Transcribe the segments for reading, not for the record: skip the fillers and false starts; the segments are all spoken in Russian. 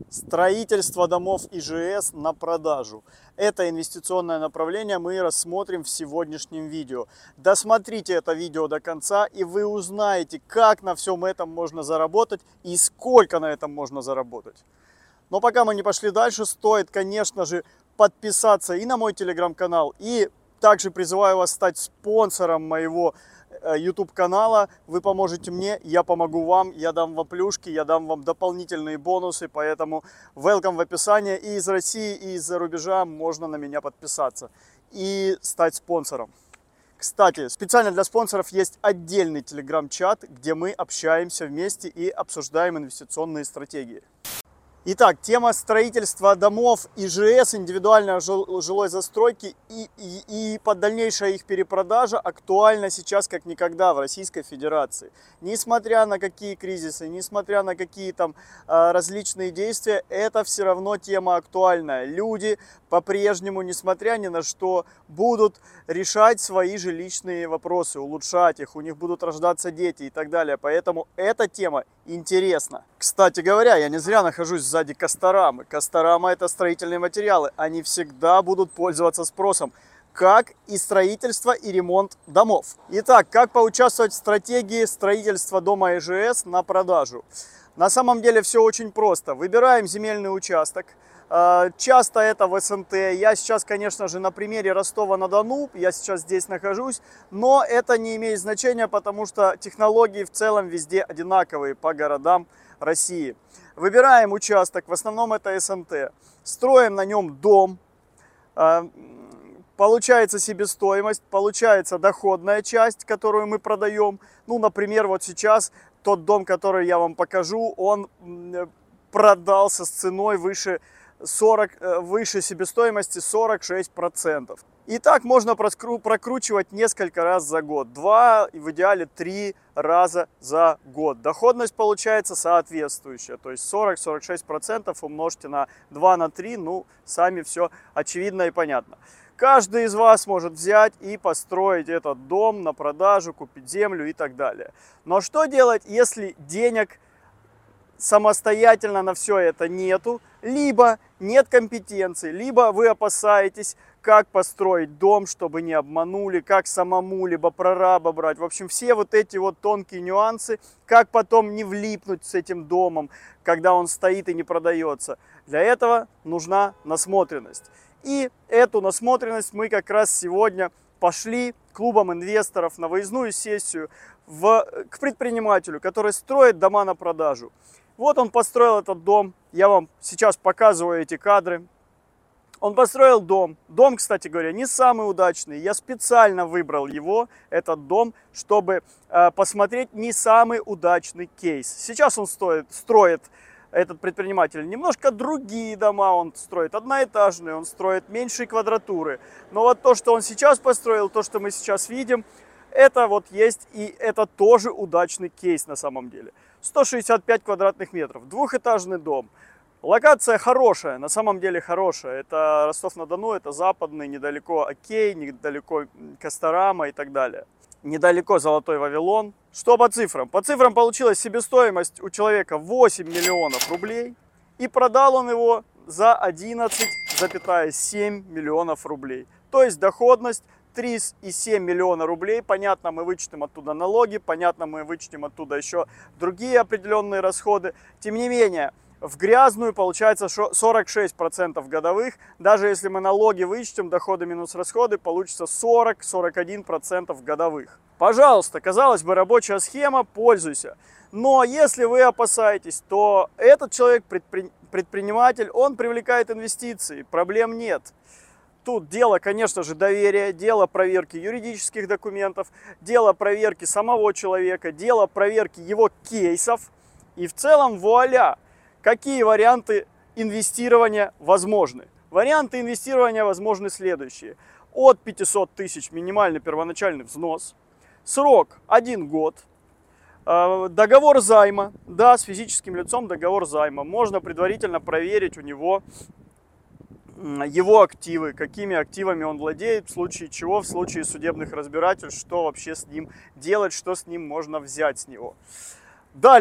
Строительство домов ИЖС на продажу. Это инвестиционное направление мы рассмотрим в сегодняшнем видео. Досмотрите это видео до конца, и вы узнаете, как на всем этом можно заработать и сколько на этом можно заработать. Но пока мы не пошли дальше, стоит, конечно же, подписаться и на мой телеграм-канал, и также призываю вас стать спонсором моего YouTube канала. Вы поможете мне, я помогу вам, я дам вам плюшки, я дам вам дополнительные бонусы, поэтому welcome в описании. И из России, и из-за рубежа можно на меня подписаться и стать спонсором. Кстати, специально для спонсоров есть отдельный телеграм-чат, где мы общаемся вместе и обсуждаем инвестиционные стратегии. Итак, тема строительства домов ИЖС, индивидуальной жилой застройки и дальнейшая их перепродажа актуальна сейчас как никогда в Российской Федерации. Несмотря на какие кризисы, несмотря на какие там различные действия, это все равно тема актуальная. Люди по-прежнему, несмотря ни на что, будут решать свои жилищные вопросы, улучшать их, у них будут рождаться дети и так далее. Поэтому эта тема интересна. Кстати говоря, я не зря нахожусь сзади Касторамы. Касторама — это строительные материалы. Они всегда будут пользоваться спросом, как и строительство и ремонт домов. Итак, как поучаствовать в стратегии строительства дома ИЖС на продажу? На самом деле все очень просто. Выбираем земельный участок. Часто это в СНТ. Я сейчас, конечно же, на примере Ростова-на-Дону, я сейчас здесь нахожусь, но это не имеет значения, потому что технологии в целом везде одинаковые по городам России. Выбираем участок, в основном это СНТ, строим на нем дом, получается себестоимость, получается доходная часть, которую мы продаем. Ну, например, вот сейчас тот дом, который я вам покажу, он продался с ценой выше себестоимости 46%. И так можно прокручивать несколько раз за год. 2, в идеале 3 раза за год. Доходность получается соответствующая. То есть 40-46% умножьте на 2 на 3. Ну, сами все очевидно и понятно. Каждый из вас может взять и построить этот дом на продажу, купить землю и так далее. Но что делать, если денег самостоятельно на все это нету, либо нет компетенции, либо вы опасаетесь, как построить дом, чтобы не обманули, как самому, либо прораба брать. В общем, все вот эти вот тонкие нюансы, как потом не влипнуть с этим домом, когда он стоит и не продается. Для этого нужна насмотренность. И эту насмотренность мы как раз сегодня пошли клубом инвесторов на выездную сессию к предпринимателю, который строит дома на продажу. Вот он построил этот дом, я вам сейчас показываю эти кадры. Он построил дом. Дом, кстати говоря, не самый удачный. Я специально выбрал его, этот дом, чтобы посмотреть не самый удачный кейс. Сейчас он строит, этот предприниматель, немножко другие дома. Он строит одноэтажные, он строит меньшей квадратуры. Но вот то, что он сейчас построил, то, что мы сейчас видим, это вот есть, и это тоже удачный кейс на самом деле. 165 квадратных метров, двухэтажный дом. Локация хорошая, на самом деле хорошая. Это Ростов-на-Дону, это западный, недалеко Окей, недалеко Касторама и так далее. Недалеко Золотой Вавилон. Что по цифрам? По цифрам получилась себестоимость у человека 8 миллионов рублей. И продал он его за 11,7 миллионов рублей. То есть доходность 3,7 миллиона рублей. Понятно, мы вычтем оттуда налоги, понятно, мы вычтем оттуда еще другие определенные расходы. Тем не менее, в грязную получается 46% годовых. Даже если мы налоги вычтем, доходы минус расходы, получится 40-41% годовых. Пожалуйста, казалось бы, рабочая схема, пользуйся. Но если вы опасаетесь, то этот человек, предприниматель, он привлекает инвестиции, проблем нет. Тут дело, конечно же, доверия, дело проверки юридических документов, дело проверки самого человека, дело проверки его кейсов. И в целом, вуаля, какие варианты инвестирования возможны? Варианты инвестирования возможны следующие. От 500 тысяч минимальный первоначальный взнос, срок 1 год, договор займа, да, с физическим лицом договор займа. Можно предварительно проверить у него его активы, какими активами он владеет, в случае чего, в случае судебных разбирательств, что вообще с ним делать, что с ним можно взять с него. Далее,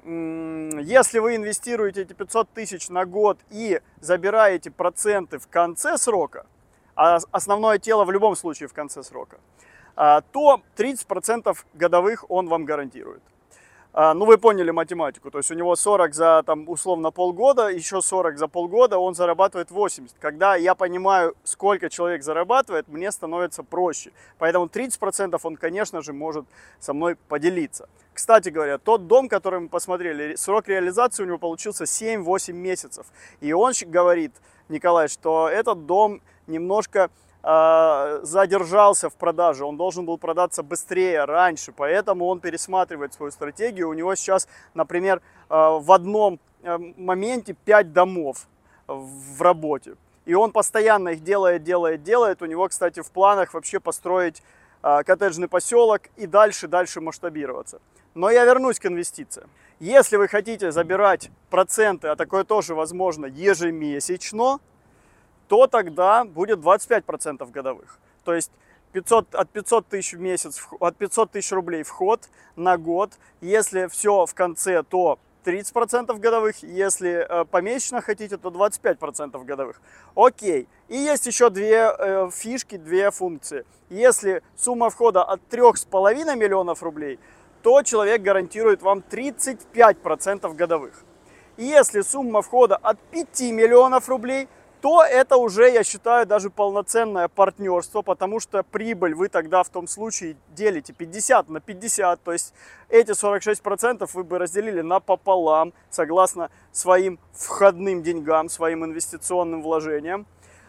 если вы инвестируете эти 500 тысяч на год и забираете проценты в конце срока, а основное тело в любом случае в конце срока, то 30% годовых он вам гарантирует. Ну, вы поняли математику, то есть у него 40 за, там, условно, полгода, еще 40 за полгода, он зарабатывает 80. Когда я понимаю, сколько человек зарабатывает, мне становится проще. Поэтому 30% он, конечно же, может со мной поделиться. Кстати говоря, тот дом, который мы посмотрели, срок реализации у него получился 7-8 месяцев. И он говорит, Николай, что этот дом немножко задержался в продаже, он должен был продаться быстрее, раньше, поэтому он пересматривает свою стратегию. У него сейчас, например, в одном моменте 5 домов в работе, и он постоянно их делает. У него, кстати, в планах вообще построить коттеджный поселок и дальше масштабироваться. Но я вернусь к инвестициям. Если вы хотите забирать проценты, а такое тоже возможно ежемесячно, то тогда будет 25% годовых. То есть от 500 тысяч в месяц, от 500 тысяч рублей вход на год. Если все в конце, то 30% годовых. Если помесячно хотите, то 25% годовых. Окей. И есть еще две фишки, две функции. Если сумма входа от 3,5 миллионов рублей, то человек гарантирует вам 35% годовых. И если сумма входа от 5 миллионов рублей, то это уже, я считаю, даже полноценное партнерство, потому что прибыль вы тогда в том случае делите 50 на 50, то есть эти 46% вы бы разделили напополам, согласно своим входным деньгам, своим инвестиционным вложениям.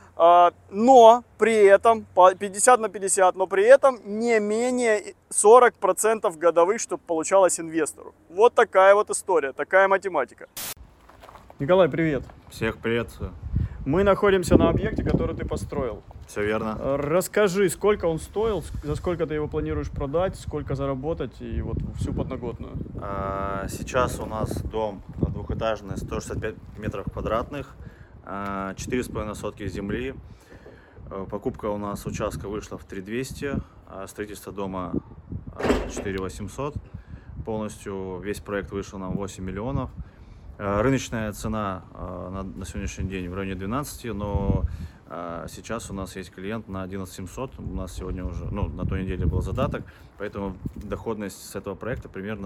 Но при этом 50 на 50, но при этом не менее 40% годовых, чтобы получалось инвестору. Вот такая вот история, такая математика. Николай, привет. Всех приветствую. Мы находимся на объекте, который ты построил. Все верно. Расскажи, сколько он стоил, за сколько ты его планируешь продать, сколько заработать и вот всю подноготную. Сейчас у нас дом двухэтажный, 165 метров квадратных, 4,5 сотки земли. Покупка у нас участка вышла в 3200, а строительство дома 4800. Полностью весь проект вышел нам 8 миллионов. Рыночная цена на сегодняшний день в районе 12, но сейчас у нас есть клиент на 11700. У нас сегодня уже, на той неделе был задаток, поэтому доходность с этого проекта примерно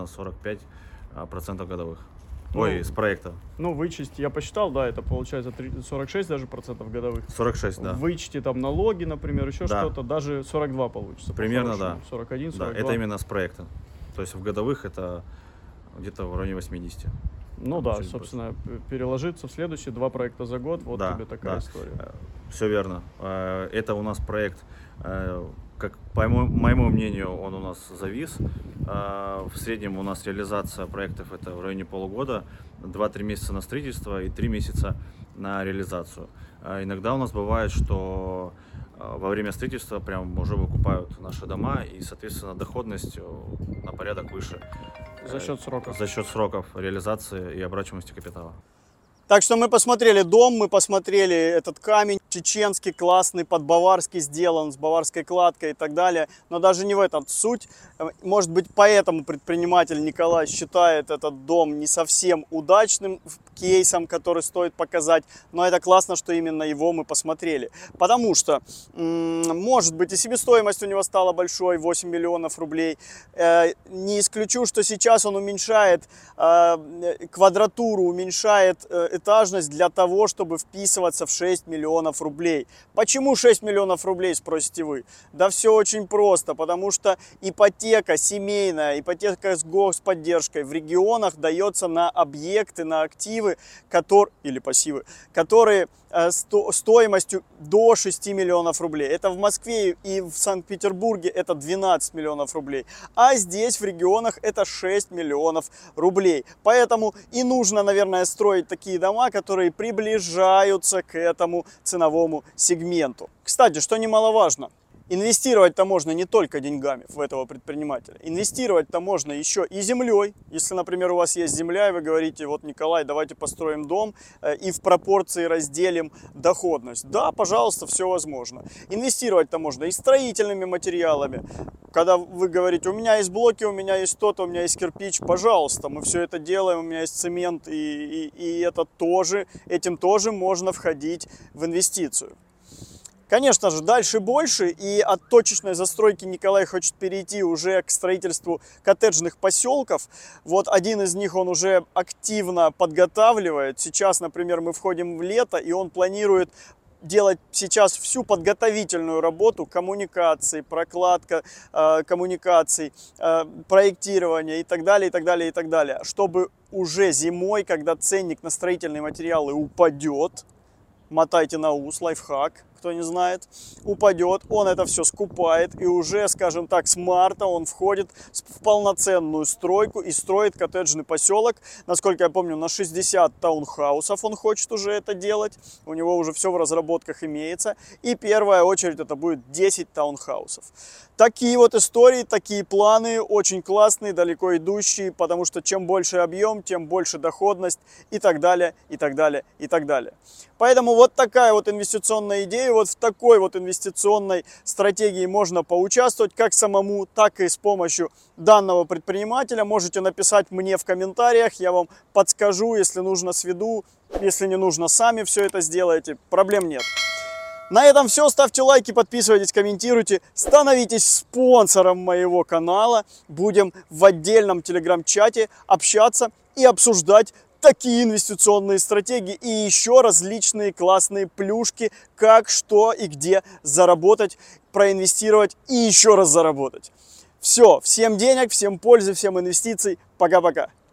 45% годовых. Ой, с проекта. Вычесть, я посчитал, да, это получается 46 даже процентов годовых. 46, да. Вычти там налоги, например, еще что-то, даже 42 получится. Примерно, да. 41, 42. Да, это именно с проекта. То есть в годовых это где-то в районе 80. Собственно, переложиться в следующие 2 проекта за год, вот тебе такая история. Все верно. Это у нас проект, как по моему мнению, он у нас завис. В среднем у нас реализация проектов это в районе полугода, 2-3 месяца на строительство и 3 месяца на реализацию. Иногда у нас бывает, что во время строительства прям уже выкупают наши дома, и, соответственно, доходность на порядок выше. За счет сроков. За счет сроков реализации и оборачиваемости капитала. Так что мы посмотрели дом, мы посмотрели этот камень, чеченский, классный, под-баварски сделан, с баварской кладкой и так далее. Но даже не в этом суть. Может быть, поэтому предприниматель Николай считает этот дом не совсем удачным кейсом, который стоит показать. Но это классно, что именно его мы посмотрели. Потому что, может быть, и себестоимость у него стала большой, 8 миллионов рублей. Не исключу, что сейчас он уменьшает квадратуру, уменьшает этажность для того, чтобы вписываться в 6 миллионов рублей. Почему 6 миллионов рублей, спросите вы? Да все очень просто, потому что ипотека семейная, ипотека с господдержкой в регионах дается на объекты, на активы, или пассивы, которые стоимостью до 6 миллионов рублей. Это в Москве и в Санкт-Петербурге это 12 миллионов рублей. А здесь в регионах это 6 миллионов рублей. Поэтому и нужно, наверное, строить такие дома, которые приближаются к этому ценовому сегменту. Кстати, что немаловажно, Инвестировать-то можно не только деньгами в этого предпринимателя. Инвестировать-то можно еще и землей. Если, например, у вас есть земля, и вы говорите: вот, Николай, давайте построим дом и в пропорции разделим доходность. Да, пожалуйста, все возможно. Инвестировать-то можно и строительными материалами. Когда вы говорите: у меня есть блоки, у меня есть то-то, у меня есть кирпич, пожалуйста, мы все это делаем, у меня есть цемент, и это тоже, этим тоже можно входить в инвестицию. Конечно же, дальше больше, и от точечной застройки Николай хочет перейти уже к строительству коттеджных поселков. Вот один из них он уже активно подготавливает. Сейчас, например, мы входим в лето, и он планирует делать сейчас всю подготовительную работу: коммуникации, прокладка коммуникаций, проектирование и так далее, и так далее, и так далее. Чтобы уже зимой, когда ценник на строительные материалы упадет, мотайте на ус, лайфхак, кто не знает, упадет, он это все скупает, и уже, скажем так, с марта он входит в полноценную стройку и строит коттеджный поселок. Насколько я помню, на 60 таунхаусов он хочет уже это делать, у него уже все в разработках имеется, и первая очередь это будет 10 таунхаусов. Такие вот истории, такие планы, очень классные, далеко идущие, потому что чем больше объем, тем больше доходность и так далее, и так далее, и так далее. Поэтому вот такая вот инвестиционная идея, вот в такой вот инвестиционной стратегии можно поучаствовать как самому, так и с помощью данного предпринимателя. Можете написать мне в комментариях, я вам подскажу, если нужно, сведу, если не нужно, сами все это сделаете, проблем нет. На этом все. Ставьте лайки, подписывайтесь, комментируйте, становитесь спонсором моего канала. Будем в отдельном телеграм-чате общаться и обсуждать такие инвестиционные стратегии и еще различные классные плюшки, как, что и где заработать, проинвестировать и еще раз заработать. Все, всем денег, всем пользы, всем инвестиций. Пока-пока.